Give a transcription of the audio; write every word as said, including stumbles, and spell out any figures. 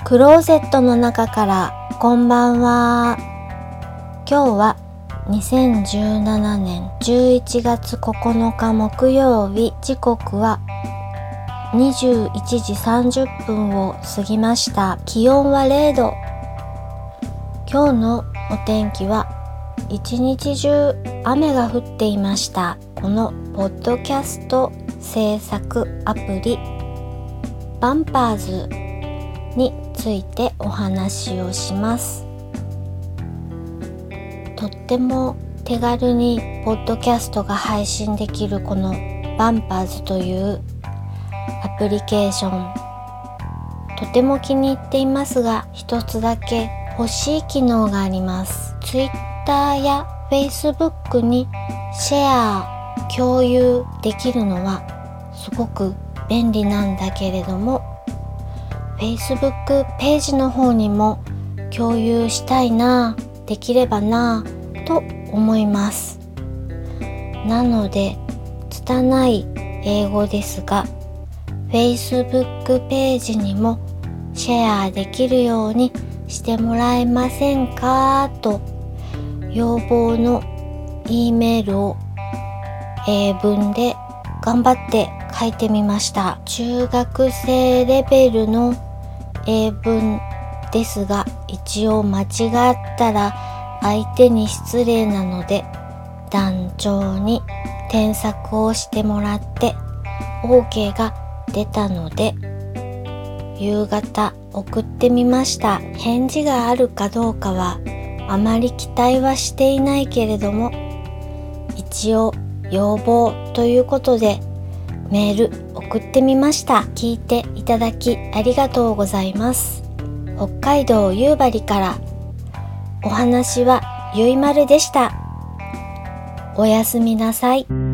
クローゼットの中からこんばんは。今日はにせんじゅうななねんじゅういちがつここのか木曜日、時刻はにじゅういちじさんじゅっぷんを過ぎました。気温はれいど。今日のお天気は一日中雨が降っていました。このポッドキャスト制作アプリバンパーズについてお話をします。とっても手軽にポッドキャストが配信できるこのバンパーズというアプリケーション、とても気に入っていますが、一つだけ欲しい機能があります。 Twitter や Facebook にシェア共有できるのはすごく便利なんだけれども、 Facebook ページの方にも共有したいな、できればなと思います。なので拙い英語ですが、 Facebook ページにもシェアできるようにしてもらえませんかと要望の E メールを英文で頑張って書いてみました。中学生レベルの英文ですが、一応間違ったら相手に失礼なので団長に添削をしてもらって OK が出たので、夕方送ってみました。返事があるかどうかはあまり期待はしていないけれども、一応要望ということでメール送ってみました。聞いていただきありがとうございます。北海道夕張からお話はゆいまるでした。おやすみなさい。